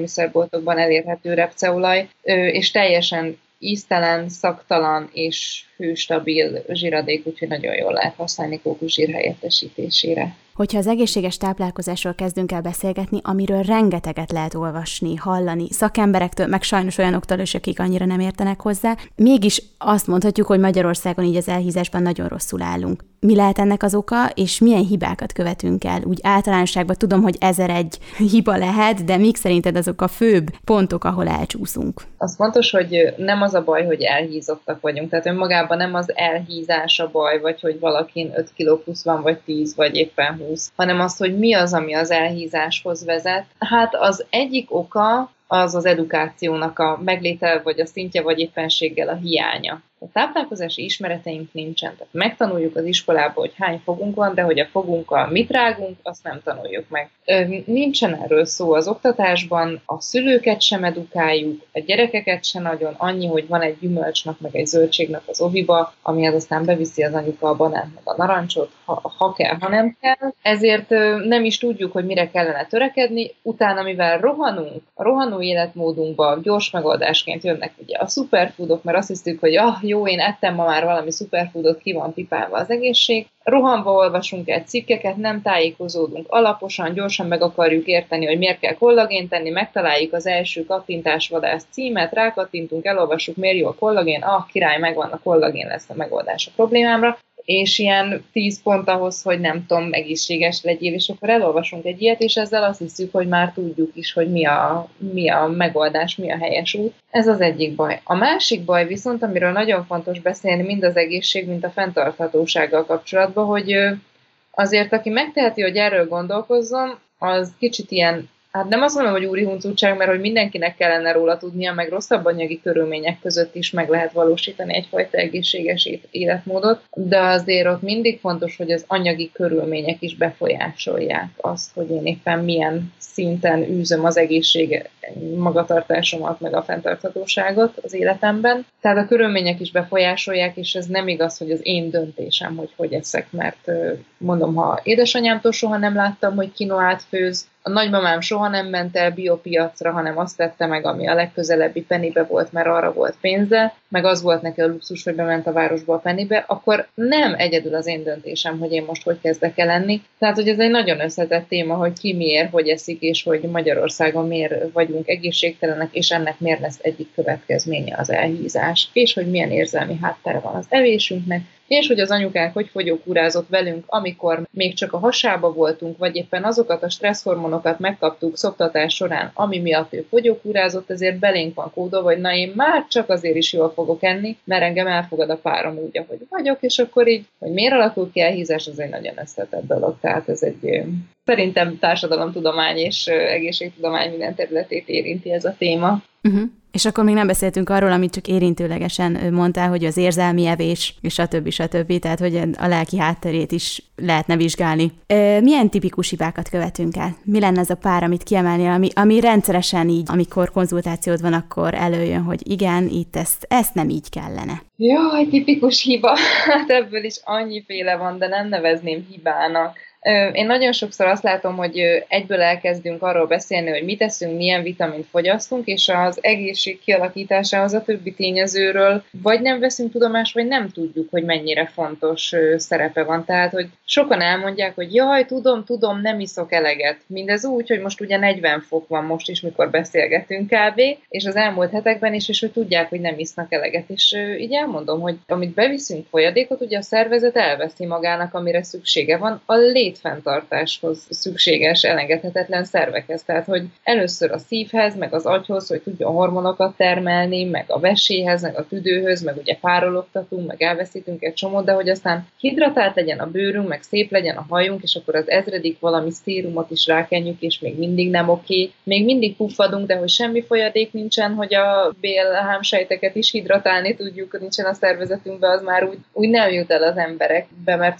élelmiszerboltokban elérhető repceolaj, és teljesen íztelen, szagtalan és hőstabil zsíradék, úgyhogy nagyon jól lehet használni kókuszsír helyettesítésére.
Hogyha az egészséges táplálkozásról kezdünk el beszélgetni, amiről rengeteget lehet olvasni, hallani, szakemberektől, meg sajnos olyanoktól is, akik annyira nem értenek hozzá, mégis azt mondhatjuk, hogy Magyarországon így az elhízásban nagyon rosszul állunk. Mi lehet ennek az oka, és milyen hibákat követünk el? Úgy általánosságban tudom, hogy 1001 hiba lehet, de mik szerinted azok a főbb pontok, ahol elcsúszunk?
Az fontos, hogy nem az a baj, hogy elhízottak vagyunk. Tehát önmagában nem az elhízás a baj, vagy hogy valakin 5 kg plusz van, vagy 10, vagy éppen 20, hanem az, hogy mi az, ami az elhízáshoz vezet. Hát az egyik oka az edukációnak a megléte, vagy a szintje, vagy éppenséggel a hiánya. A táplálkozási ismereteink nincsen. Tehát megtanuljuk az iskolába, hogy hány fogunk van, de hogy a fogunkkal mit rágunk, azt nem tanuljuk meg. Nincsen erről szó az oktatásban, a szülőket sem edukáljuk, a gyerekeket sem nagyon, annyi, hogy van egy gyümölcsnak, meg egy zöldségnek az oviba, amihez aztán beviszi az anyuka a banánt, meg a narancsot, ha kell, ha nem kell. Ezért nem is tudjuk, hogy mire kellene törekedni. Utána, mivel rohanunk, a rohanó életmódunkba gyors megoldásként jönnek ugye a superfoodok, mert azt hiszük, hogy jó, én ettem ma már valami superfoodot, ki van pipálva az egészség. Rohanva olvasunk el cikkeket, nem tájékozódunk alaposan, gyorsan meg akarjuk érteni, hogy miért kell kollagént tenni, megtaláljuk az első kattintásvadász címet, rákattintunk, elolvassuk, miért jó a kollagén, király, megvan a kollagén, lesz a megoldás a problémámra, és ilyen 10 pont ahhoz, hogy nem tudom, egészséges legyél, és akkor elolvasunk egy ilyet, és ezzel azt hiszük, hogy már tudjuk is, hogy mi a megoldás, mi a helyes út. Ez az egyik baj. A másik baj viszont, amiről nagyon fontos beszélni, mind az egészség, mint a fenntarthatósággal kapcsolatban, hogy azért, aki megteheti, hogy erről gondolkozzon, az kicsit ilyen, hát nem azt mondom, hogy úri huncutság, mert hogy mindenkinek kellene róla tudnia, meg rosszabb anyagi körülmények között is meg lehet valósítani egyfajta egészséges életmódot, de azért ott mindig fontos, hogy az anyagi körülmények is befolyásolják azt, hogy én éppen milyen szinten űzöm az egészség magatartásomat, meg a fenntarthatóságot az életemben. Tehát a körülmények is befolyásolják, és ez nem igaz, hogy az én döntésem, hogy eszek, mert mondom, ha édesanyámtól soha nem láttam, hogy kinoát főz, a nagymamám soha nem ment el biopiacra, hanem azt tette meg, ami a legközelebbi Pennybe volt, mert arra volt pénze, meg az volt neki a luxus, hogy bement a városba a Pennybe, akkor nem egyedül az én döntésem, hogy én most hogy kezdek el enni. Tehát, hogy ez egy nagyon összetett téma, hogy ki miért, hogy eszik, és hogy Magyarországon miért vagyunk egészségtelenek, és ennek miért lesz egyik következménye az elhízás, és hogy milyen érzelmi háttere van az evésünknek, és hogy az anyukánk hogy fogyókúrázott velünk, amikor még csak a hasába voltunk, vagy éppen azokat a stresszhormonokat megkaptuk szoptatás során, ami miatt ő fogyókúrázott, ezért belénk van kódolva, hogy na én már csak azért is jól fogok enni, mert engem elfogad a párom úgy, ahogy vagyok, és akkor így, hogy miért alakul ki elhízás, az egy nagyon összetett dolog. Tehát ez egy szerintem társadalomtudomány és egészségtudomány minden területét érinti ez a téma.
Uh-huh. És akkor még nem beszéltünk arról, amit csak érintőlegesen mondtál, hogy az érzelmi evés, és stb. Tehát, hogy a lelki hátterét is lehetne vizsgálni. Milyen tipikus hibákat követünk el? Mi lenne az a pár, amit kiemelnél, ami rendszeresen így, amikor konzultációd van, akkor előjön, hogy igen, itt ezt nem így kellene?
Jaj, tipikus hiba. Hát ebből is annyiféle van, de nem nevezném hibának. Én nagyon sokszor azt látom, hogy egyből elkezdünk arról beszélni, hogy mit eszünk, milyen vitamint fogyasztunk, és az egészség kialakításához a többi tényezőről vagy nem veszünk tudomást, vagy nem tudjuk, hogy mennyire fontos szerepe van. Tehát, hogy sokan elmondják, hogy jaj, tudom, nem iszok eleget. Mindez úgy, hogy most ugye 40 fok van most is, mikor beszélgetünk kb. És az elmúlt hetekben is, és hogy tudják, hogy nem isznak eleget. És így elmondom, hogy amit beviszünk folyadékot, ugye a szervezet elveszi magának, amire szüksége van, a létfenntartáshoz szükséges, elengedhetetlen szervekhez. Tehát, hogy először a szívhez, meg az agyhoz, hogy tudjon hormonokat termelni, meg a veséhez, meg a tüdőhöz, meg ugye párologtatunk, meg elveszítünk egy csomót, de hogy aztán hidratált legyen a bőrünk, meg szép legyen a hajunk, és akkor az ezredik valami szérumot is rákenjük, és még mindig nem oké. Még mindig puffadunk, de hogy semmi folyadék nincsen, hogy a bélhámsejteket is hidratálni tudjuk, nincsen a szervezetünkbe, az már úgy nem jut el az emberekbe, mert hogy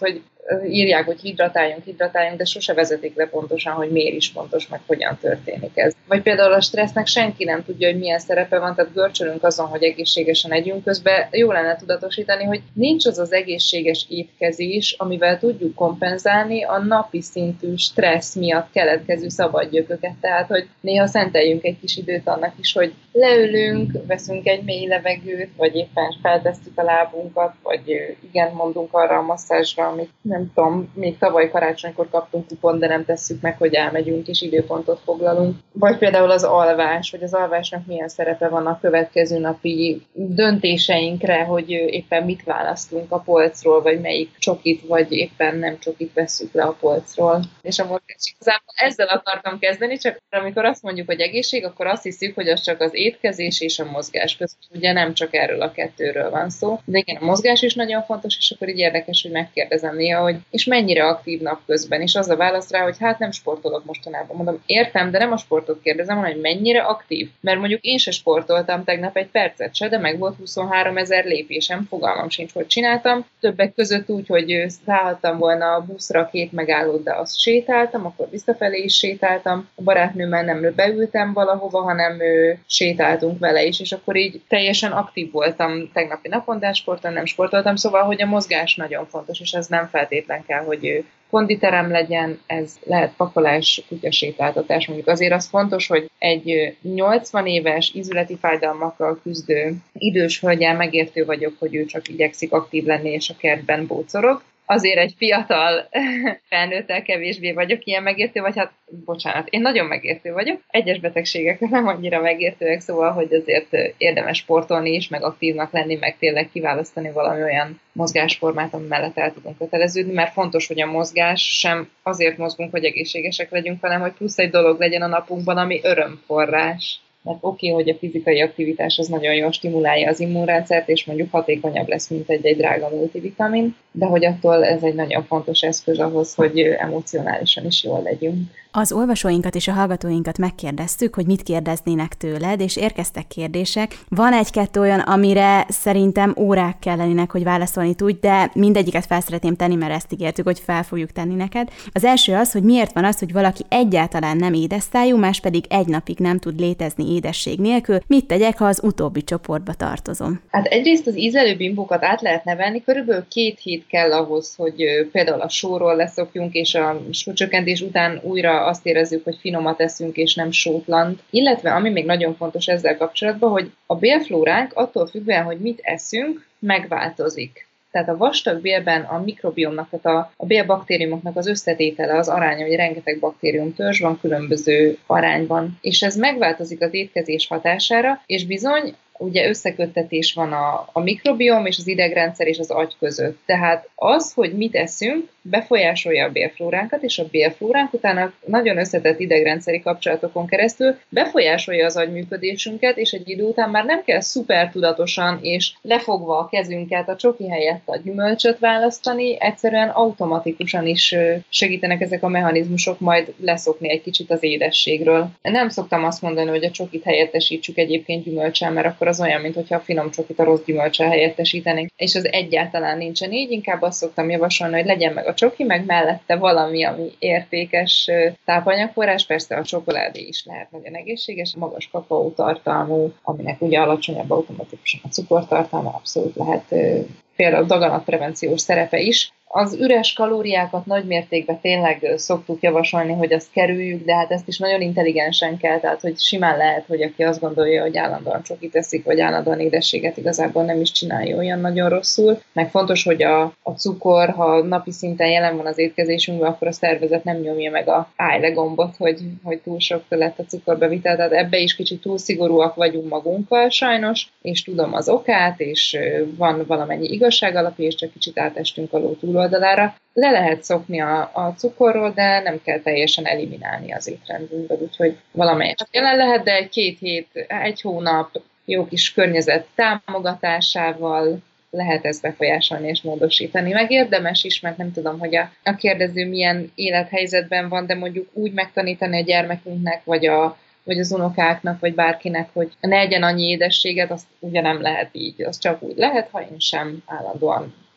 írják, hogy hidratáljunk, de sose vezetik le pontosan, hogy miért is fontos, meg hogyan történik ez. Vagy például a stressznek senki nem tudja, hogy milyen szerepe van, tehát görcsölünk azon, hogy egészségesen együnk, közben jó lenne tudatosítani, hogy nincs az az egészséges étkezés, amivel tudjuk kompenzálni a napi szintű stressz miatt keletkező szabadgyököket. Tehát, hogy néha szenteljünk egy kis időt annak is, hogy leülünk, veszünk egy mély levegőt, vagy éppen feltesszük a lábunkat, vagy igen, mondunk arra a masszázsra, amit nem tudom, még tavaly karácsonykor kaptunk kupon, de nem tesszük meg, hogy elmegyünk és időpontot foglalunk. Vagy például az alvás, vagy az alvásnak milyen szerepe van a következő napi döntéseinkre, hogy éppen mit választunk a polcról, vagy melyik csokit, vagy éppen nem csokit vesszük le a polcról. És a mozgás igazából ezzel akartam kezdeni, csak amikor azt mondjuk, hogy egészség, akkor azt hiszük, hogy az csak az étkezés és a mozgás között. Ugye nem csak erről a kettőről van szó, de igen, a mozgás is nagyon fontos, és akkor így érdekes, hogy megkérdezem néha, hogy és mennyire aktív napközben, és az a válasz rá, hogy hát nem sportolok mostanában. Mondom, értem, de nem a sportot kérdezem, hanem hogy mennyire aktív. Mert mondjuk én se sportoltam tegnap egy percet se, de meg volt 23 000 lépésem, fogalmam sincs, hogy csináltam. Többek között úgy, hogy szállhattam volna a buszra 2 megállót, de azt sétáltam, akkor visszafelé is sétáltam. A barátnőmmel nem beültem valahova, hanem sétáltunk vele is, és akkor így teljesen aktív voltam tegnapi napon, de sporton nem sportoltam, szóval, hogy a mozgás nagyon fontos, és ez nem feltétlen kell, hogy konditerem legyen, ez lehet pakolás, kutyasétáltatás. Mondjuk azért az fontos, hogy egy 80 éves ízületi fájdalmakkal küzdő idős hölgyel megértő vagyok, hogy ő csak igyekszik aktív lenni, és a kertben bócorog. Azért egy fiatal felnőttel kevésbé vagyok ilyen megértő, vagy hát, bocsánat, én nagyon megértő vagyok. Egyes betegségek nem annyira megértőek, szóval, hogy azért érdemes sportolni is, meg aktívnak lenni, meg tényleg kiválasztani valami olyan mozgásformát, ami mellett el tudunk köteleződni, mert fontos, hogy a mozgás sem azért mozgunk, hogy egészségesek legyünk, hanem hogy plusz egy dolog legyen a napunkban, ami örömforrás. Mert oké, hogy a fizikai aktivitás az nagyon jól stimulálja az immunrendszert, és mondjuk hatékonyabb lesz, mint egy drága multivitamin, de hogy attól ez egy nagyon fontos eszköz ahhoz, hogy emocionálisan is jól legyünk.
Az olvasóinkat és a hallgatóinkat megkérdeztük, hogy mit kérdeznének tőled, és érkeztek kérdések. Van egy-kettő olyan, amire szerintem órák kellenének, hogy válaszolni tudj, de mindegyiket fel szeretném tenni, mert ezt ígértük, hogy fel fogjuk tenni neked. Az első az, hogy miért van az, hogy valaki egyáltalán nem édesszájú, más pedig egy napig nem tud létezni édesség nélkül. Mit tegyek, ha az utóbbi csoportba tartozom?
Hát egyrészt az ízelő bimbókat át lehet nevelni, körülbelül 2 hét kell ahhoz, hogy például a sóról leszokjunk, és a sócsökkentés után újra azt érezzük, hogy finomat eszünk, és nem sótlant. Illetve, ami még nagyon fontos ezzel kapcsolatban, hogy a bélflóránk attól függően, hogy mit eszünk, megváltozik. Tehát a vastag bélben a mikrobiomnak, tehát a bélbaktériumoknak az összetétele, az aránya, hogy rengeteg baktériumtörzs van különböző arányban, és ez megváltozik az étkezés hatására, és bizony ugye összeköttetés van a mikrobiom és az idegrendszer és az agy között. Tehát az, hogy mit eszünk, befolyásolja a bélflóránkat, és a bélflóránk utána nagyon összetett idegrendszeri kapcsolatokon keresztül befolyásolja az agyműködésünket, és egy idő után már nem kell szuper tudatosan és lefogva a kezünket a csoki helyett a gyümölcsöt választani, egyszerűen automatikusan is segítenek ezek a mechanizmusok majd leszokni egy kicsit az édességről. Nem szoktam azt mondani, hogy a csokit helyettesítsük egyébként gyümölccsel, mert akkor az olyan, mintha a finom csokit a rossz gyümölccsel helyettesítenénk, és az egyáltalán nincsen így, inkább azt szoktam javasolni, hogy legyen meg a csoki, meg mellette valami, ami értékes tápanyagforrás, persze a csokoládé is lehet nagyon egészséges, a magas kakaótartalmú, aminek ugye alacsonyabb automatikusan a cukortartalma, abszolút lehet például daganatprevenciós szerepe is. Az üres kalóriákat nagy mértékben tényleg szoktuk javasolni, hogy azt kerüljük, de hát ezt is nagyon intelligensen kell, tehát hogy simán lehet, hogy aki azt gondolja, hogy állandóan csokit eszik, vagy állandóan édességet, igazából nem is csinálja olyan nagyon rosszul. Meg fontos, hogy a cukor, ha napi szinten jelen van az étkezésünkben, akkor a szervezet nem nyomja meg a állj le gombot, hogy túl sok lett a cukorbevitel, tehát ebbe is kicsit túl szigorúak vagyunk magunkkal sajnos, és tudom az okát, és van valamennyi igazság alapja, és csak kicsit átestünk a ló túloldalára. Le lehet szokni a cukorról, de nem kell teljesen eliminálni az étrendünkből, úgyhogy valamelyest jelen lehet, de 2 hét, 1 hónap jó kis környezet támogatásával lehet ezt befolyásolni és módosítani. Meg érdemes is, mert nem tudom, hogy a kérdező milyen élethelyzetben van, de mondjuk úgy megtanítani a gyermekünknek, vagy az unokáknak, vagy bárkinek, hogy ne egyen annyi édességet, azt ugye nem lehet így. Az csak úgy lehet, ha én sem állandóan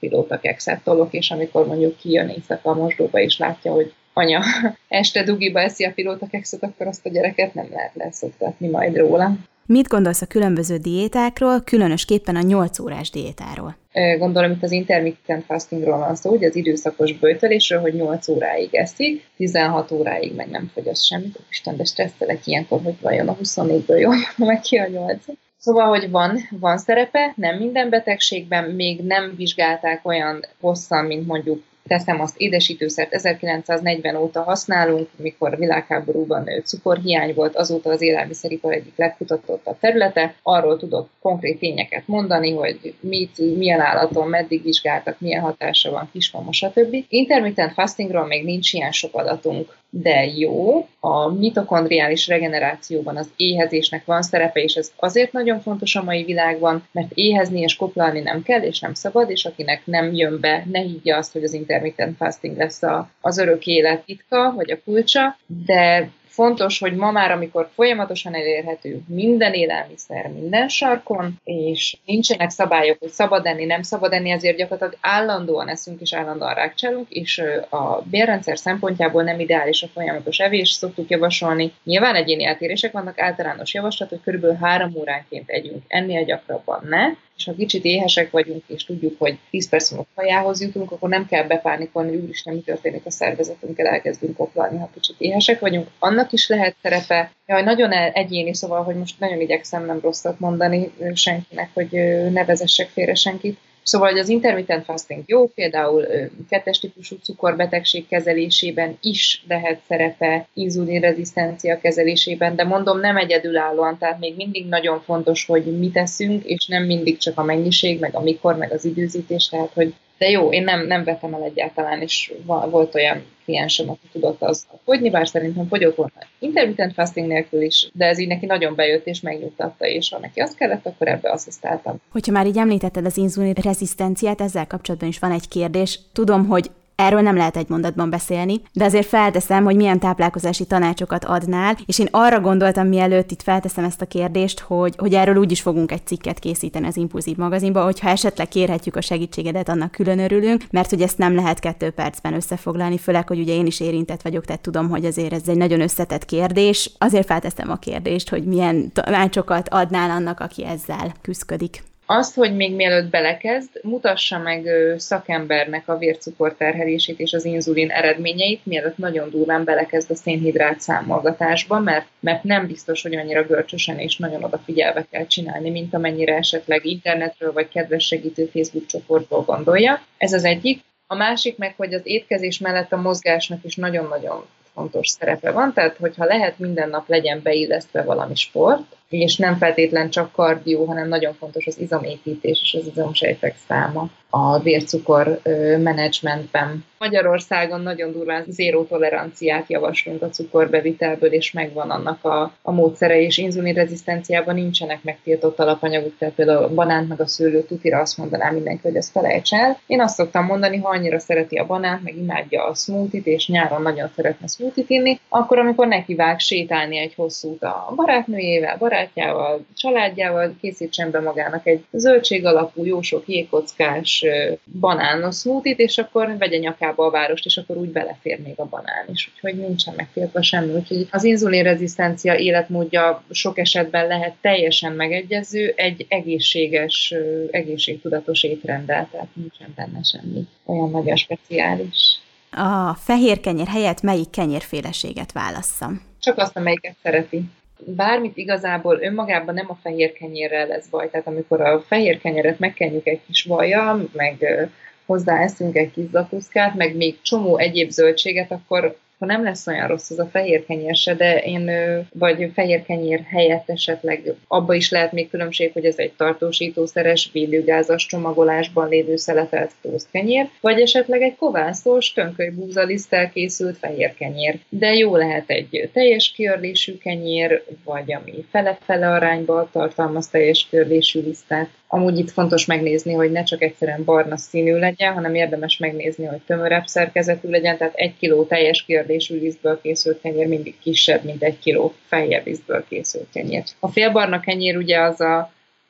pilótakekszet tolok, és amikor mondjuk kijön éjszaka a mosdóba, és látja, hogy anya este dugiba eszi a pilótakekszet, akkor azt a gyereket nem lehet leszoktatni majd róla.
Mit gondolsz a különböző diétákról, különösképpen a 8 órás diétáról?
Gondolom itt az intermittent fastingról van szó, ugye az időszakos böjtölésről, hogy 8 óráig eszik, 16 óráig meg nem fogyaszt semmit. Isten, de stresszelek ilyenkor, hogy vajon a 24-ből jól meg ki a 8. Szóval, hogy van szerepe, nem minden betegségben, még nem vizsgálták olyan hosszan, mint mondjuk teszem azt, édesítőszert 1940 óta használunk, mikor a világháborúban cukorhiány volt, azóta az élelmiszeripar egyik legkutatottabb területe. Arról tudok konkrét tényeket mondani, hogy milyen állaton, meddig vizsgáltak, milyen hatása van, kismama, stb. Intermittent fastingról még nincs ilyen sok adatunk, de jó, a mitokondriális regenerációban az éhezésnek van szerepe, és ez azért nagyon fontos a mai világban, mert éhezni és koplalni nem kell, és nem szabad, és akinek nem jön be, ne higgye azt, hogy az intermittent fasting lesz az örök élet titka, vagy a kulcsa, de fontos, hogy ma már, amikor folyamatosan elérhető minden élelmiszer, minden sarkon, és nincsenek szabályok, hogy szabad enni, nem szabad enni, ezért gyakorlatilag állandóan eszünk és állandóan rákcsálunk, és a bélrendszer szempontjából nem ideális a folyamatos evés, szoktuk javasolni. Nyilván egyéni eltérések vannak, általános javaslat, hogy kb. 3 óránként együnk, ennél gyakrabban ne, és ha kicsit éhesek vagyunk, és tudjuk, hogy 10 perc múlva kajához jutunk, akkor nem kell bepánikolni, hogy úristen, mi történik a szervezetünkkel, elkezdünk koplalni, ha kicsit éhesek vagyunk. Annak is lehet szerepe, nagyon egyéni, szóval, hogy most nagyon igyekszem nem rosszat mondani senkinek, hogy ne vezessek félre senkit. Szóval, hogy az intermittent fasting jó, például 2-es típusú cukorbetegség kezelésében is lehet szerepe, inzulinrezisztencia kezelésében, de mondom, nem egyedülállóan, tehát még mindig nagyon fontos, hogy mit eszünk, és nem mindig csak a mennyiség, meg a mikor, meg az időzítés, tehát hogy de jó, én nem vettem el egyáltalán, és volt olyan kliensem, aki tudott azzal fogyni, bár szerintem fogyott volna intermittent fasting nélkül is, de ez így neki nagyon bejött és megnyugtatta, és ha neki azt kellett, akkor ebbe asszisztáltam.
Hogyha már így említetted az inzulinrezisztenciát, ezzel kapcsolatban is van egy kérdés. Tudom, hogy erről nem lehet egy mondatban beszélni, de azért felteszem, hogy milyen táplálkozási tanácsokat adnál, és én arra gondoltam, mielőtt itt felteszem ezt a kérdést, hogy erről úgyis fogunk egy cikket készíteni az Impulzív magazinba, hogyha esetleg kérhetjük a segítségedet, annak külön örülünk, mert hogy ezt nem lehet 2 percben összefoglalni, főleg, hogy ugye én is érintett vagyok, tehát tudom, hogy azért ez egy nagyon összetett kérdés. Azért felteszem a kérdést, hogy milyen tanácsokat adnál annak, aki ezzel küszködik.
Azt, hogy még mielőtt belekezd, mutassa meg szakembernek a vércukor terhelését és az inzulin eredményeit, mielőtt nagyon durván belekezd a szénhidrát számolgatásba, mert nem biztos, hogy annyira görcsösen és nagyon odafigyelve kell csinálni, mint amennyire esetleg internetről vagy kedves segítő Facebook csoportból gondolja. Ez az egyik. A másik meg, hogy az étkezés mellett a mozgásnak is nagyon-nagyon fontos szerepe van, tehát hogyha lehet, minden nap legyen beillesztve valami sport, és nem feltétlen csak kardió, hanem nagyon fontos az izomépítés és az izomsejtek száma a vércukor menedzsmentben. Magyarországon nagyon durván zéró toleranciát javaslunk a cukorbevitelből, és megvan annak a módszere, és inzulinrezisztenciában nincsenek megtiltott alapanyagok, tehát például a banánt meg a szőlőt tutira azt mondanám mindenki, hogy ezt felejts el. Én azt szoktam mondani, ha annyira szereti a banánt, meg imádja a smoothie-t, és nyáron nagyon szeretne smoothie-t inni, akkor amikor nekivág sétálni egy hosszút a barátnőjével, barátjával, családjával, készítsen be magának egy zöldség alapú, jó sok jégkockás banános smoothie-t, és akkor vegye nyakába a várost, és akkor úgy belefér még a banán is, úgyhogy nincsen megtiltva semmi. Úgyhogy az inzulinrezisztencia életmódja sok esetben lehet teljesen megegyező egy egészséges, egészségtudatos étrenddel, tehát nincsen benne semmi olyan nagyon speciális.
A fehér kenyér helyett melyik kenyérféleséget válasszam?
Csak azt, amelyiket szereti. Bármit igazából önmagában nem a fehér kenyérrel lesz baj, tehát amikor a fehér kenyeret megkenjük egy kis vajjal, meg hozzáeszünk egy kis zakuszkát, meg még csomó egyéb zöldséget, akkor nem lesz olyan rossz az a fehér kenyér se, de én vagy fehér kenyér helyett esetleg abba is lehet még különbség, hogy ez egy tartósítószeres, védőgázas csomagolásban lévő szeletelt tósztkenyér, vagy esetleg egy kovászos, tönkölybúzaliszttel készült fehér kenyér. De jó lehet egy teljes kiörlésű kenyér, vagy ami fele-fele arányban tartalmaz teljes kiörlésű lisztet. Amúgy itt fontos megnézni, hogy ne csak egyszerűen barna színű legyen, hanem érdemes megnézni, hogy tömörebb szerkezetű legyen, tehát 1 kiló teljes kiörlésű lisztből készült kenyér mindig kisebb, mint 1 kiló fehér lisztből készült kenyér. A félbarna kenyér ugye az a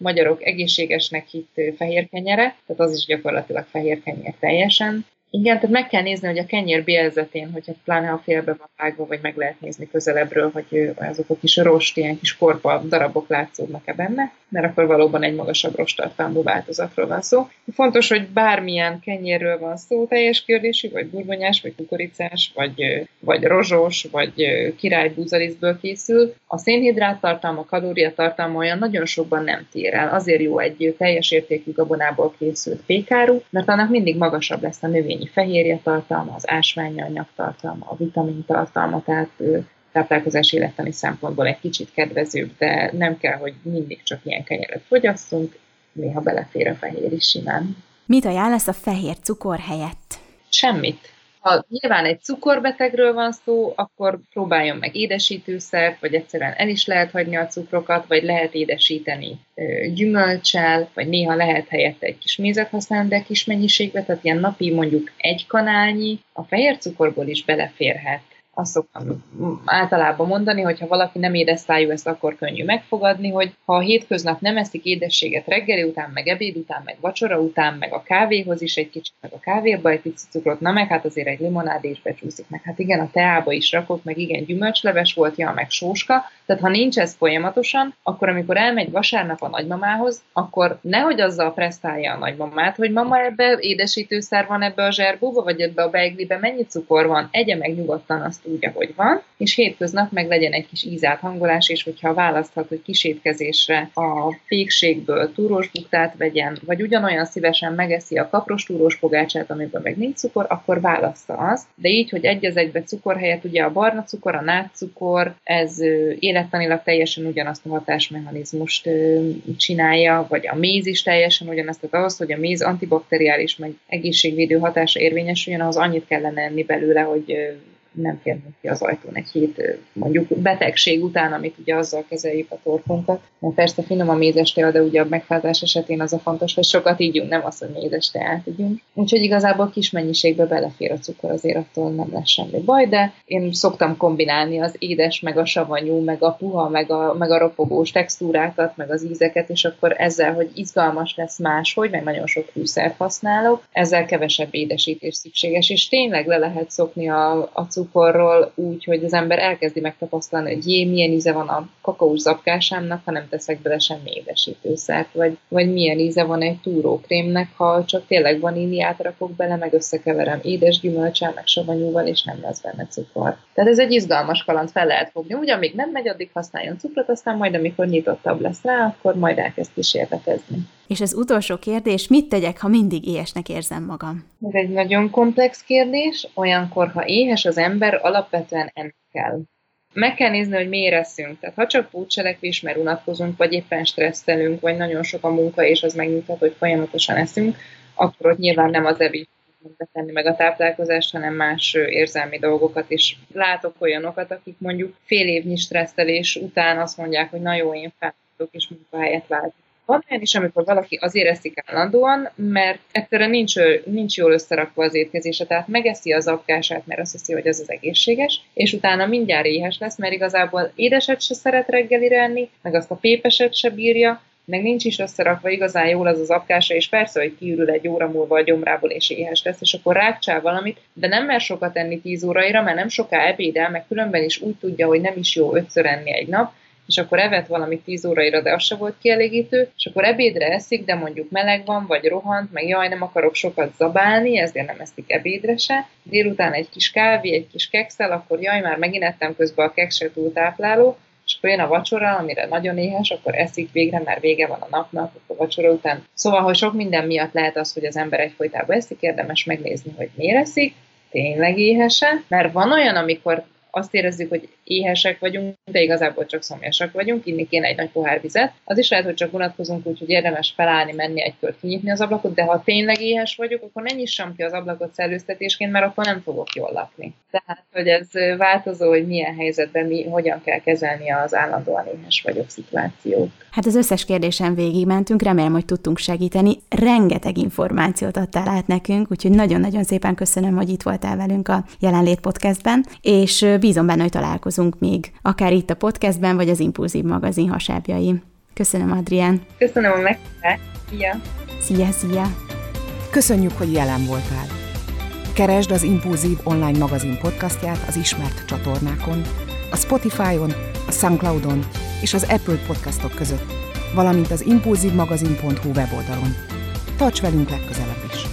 magyarok egészségesnek hitt fehér kenyere, tehát az is gyakorlatilag fehér kenyér teljesen. Igen, tehát meg kell nézni, hogy a kenyér bélzetén, hogyha pláne ha félbe van vágva, vagy meg lehet nézni közelebbről, hogy azok a kis rost, ilyen kis korpa darabok látszódnak-e benne, mert akkor valóban egy magasabb rosttartalmú változatról van szó. Fontos, hogy bármilyen kenyérről van szó, teljes kérdésű, vagy burgonyás, vagy kukoricás, vagy rozsós, vagy királybúzalisztből készül. A szénhidrát tartalma, kalóriatartalma olyan nagyon sokban nem tér el. Azért jó egy teljes értékű gabonából készült pékáru, mert annak mindig magasabb lesz a növényi fehérje tartalma, az ásványanyag tartalma, a vitamin tartalma, tehát táplálkozási élettani szempontból egy kicsit kedvezőbb, de nem kell, hogy mindig csak ilyen kenyeret fogyasszunk, néha belefér a fehér is simán.
Mit ajánlasz a fehér cukor helyett?
Semmit. Ha nyilván egy cukorbetegről van szó, akkor próbáljon meg édesítőszert, vagy egyszerűen el is lehet hagyni a cukrokat, vagy lehet édesíteni gyümölccsel, vagy néha lehet helyette egy kis mézet használni, de kis mennyiségbe, tehát ilyen napi mondjuk 1 kanálnyi, a fehér cukorból is beleférhet. Azt szoktam általában mondani, hogy ha valaki nem édesszájú, ezt akkor könnyű megfogadni, hogy ha a hétköznap nem eszik édességet reggeli után, meg ebéd után, meg vacsora után, meg a kávéhoz is egy kicsit, meg a kávéba egy picit cukrot, na meg hát azért egy limonádé is becsúszik, meg hát igen, a teába is rakok, meg igen, gyümölcsleves volt, ja, meg sóska, tehát ha nincs ez folyamatosan, akkor amikor elmegy vasárnap a nagymamához, akkor nehogy azzal presszálja a nagymamát, hogy mama, ebbe édesítőszer van ebbe a zserbóba, vagy ebbe a beiglibe mennyi cukor van, egye meg nyugodtan azt úgy, ahogy van, és hétköznap meg legyen egy kis ízáthangolás, és hogyha választhat, hogy kisétkezésre a pékségből túrós buktát vegyen, vagy ugyanolyan szívesen megeszi a kapros túrós pogácsát, amiben meg nincs cukor, akkor válassza azt. De így, hogy egy az egybe cukor helyett, ugye a barna cukor, a nátszukor, ez élettanilag teljesen ugyanazt a hatásmechanizmust csinálja, vagy a méz is teljesen ugyanazt, tehát ahhoz, hogy a méz antibakteriális, meg egészségvédő hatása érvényesüljön, ahhoz annyit kellene enni belőle, hogy nem férnek ki az ajtón egy hét mondjuk betegség után, amit ugye azzal kezeljük a torkunkat. Mert persze finom a mézes tea, de ugye a megfázás esetén az a fontos, hogy sokat ígyunk, nem az, hogy mézes teát ígyunk. Úgyhogy igazából kis mennyiségbe belefér a cukor, azért attól nem lesz semmi baj, de én szoktam kombinálni az édes, meg a savanyú, meg a puha, meg a ropogós textúrákat, meg az ízeket, és akkor ezzel, hogy izgalmas lesz máshogy, meg nagyon sok fűszert használok, ezzel kevesebb édesítés szükséges, és tényleg le lehet szokni a cukorról úgy, hogy az ember elkezdi megtapasztalni, hogy milyen íze van a kakaós zapkásámnak, ha nem teszek bele semmi édesítőszert, vagy milyen íze van egy túrókrémnek, ha csak tényleg vaníliát rakok bele, meg összekeverem édes gyümölccsel, meg savanyúval, és nem lesz benne cukor. Tehát ez egy izgalmas kaland, fel lehet fogni. Ugye, amíg nem megy, addig használjon cukrot, aztán majd, amikor nyitottabb lesz rá, akkor majd elkezd kísérletezni.
És az utolsó kérdés, mit tegyek, ha mindig éhesnek érzem magam?
Ez egy nagyon komplex kérdés. Olyankor, ha éhes az ember, alapvetően enni kell. Meg kell nézni, hogy miért eszünk. Tehát ha csak pótcselekvés, mert unatkozunk, vagy éppen stresszelünk, vagy nagyon sok a munka, és az megmutat, hogy folyamatosan eszünk, akkor ott nyilván nem az evés betenni meg a táplálkozást, hanem más érzelmi dolgokat is. Látok olyanokat, akik mondjuk fél évnyi stresszelés után azt mondják, hogy na jó, én felmondok, és munkahelyet váltok. Van olyan is, amikor valaki azért eszik állandóan, mert egyszerűen nincs jól összerakva az étkezése, tehát megeszi az zapkását, mert azt hiszi, hogy ez az egészséges, és utána mindjárt éhes lesz, mert igazából édeset se szeret reggelire enni, meg azt a pépeset se bírja, meg nincs is összerakva igazán jól az apkása, és persze, hogy kiürül egy óra múlva a gyomrából, és éhes lesz, és akkor rákcsál valamit, de nem mer sokat enni 10 óraira, mert nem soká ebédel, meg különben is úgy tudja, hogy nem is jó 5-ször enni egy nap, és akkor evett valamit 10 óraira, de az se volt kielégítő, és akkor ebédre eszik, de mondjuk meleg van, vagy rohant, meg jaj, nem akarok sokat zabálni, ezért nem eszik ebédre se. Délután egy kis kávé, egy kis kekszel, akkor jaj, már megint ettem közben a keks se túl tápláló, és akkor jön a vacsora, amire nagyon éhes, akkor eszik végre, mert vége van a napnak, a vacsora után. Szóval, hogy sok minden miatt lehet az, hogy az ember egyfolytában eszik, érdemes megnézni, hogy miért eszik, tényleg éhese, mert van olyan, amikor azt érezzük, hogy éhesek vagyunk, de igazából csak szomjasak vagyunk, inni kéne egy nagy pohár vizet. Az is lehet, hogy csak unatkozunk, úgyhogy érdemes felállni, menni egy kört, kinyitni az ablakot, de ha tényleg éhes vagyok, akkor ne nyissam ki az ablakot szellőztetésként, mert akkor nem fogok jól lakni. Tehát, hogy ez változó, hogy milyen helyzetben hogyan kell kezelni az állandóan éhes vagyok szituációt.
Hát az összes kérdésen végigmentünk, remélem, hogy tudtunk segíteni. Rengeteg információt adtál át nekünk, úgyhogy nagyon-nagyon szépen köszönöm, hogy itt voltál velünk a Jelenlét podcastben, és bízom benne, hogy találkozunk még, akár itt a podcastben, vagy az Impulzív magazin hasábjain. Köszönöm, Adrián.
Köszönöm a meghívást. Szia!
Szia!
Köszönjük, hogy jelen voltál. Keresd az Impulzív online magazin podcastját az ismert csatornákon, a Spotify-on, a SoundCloud-on és az Apple podcastok között, valamint az impulzívmagazin.hu weboldalon. Tarts velünk legközelebb is!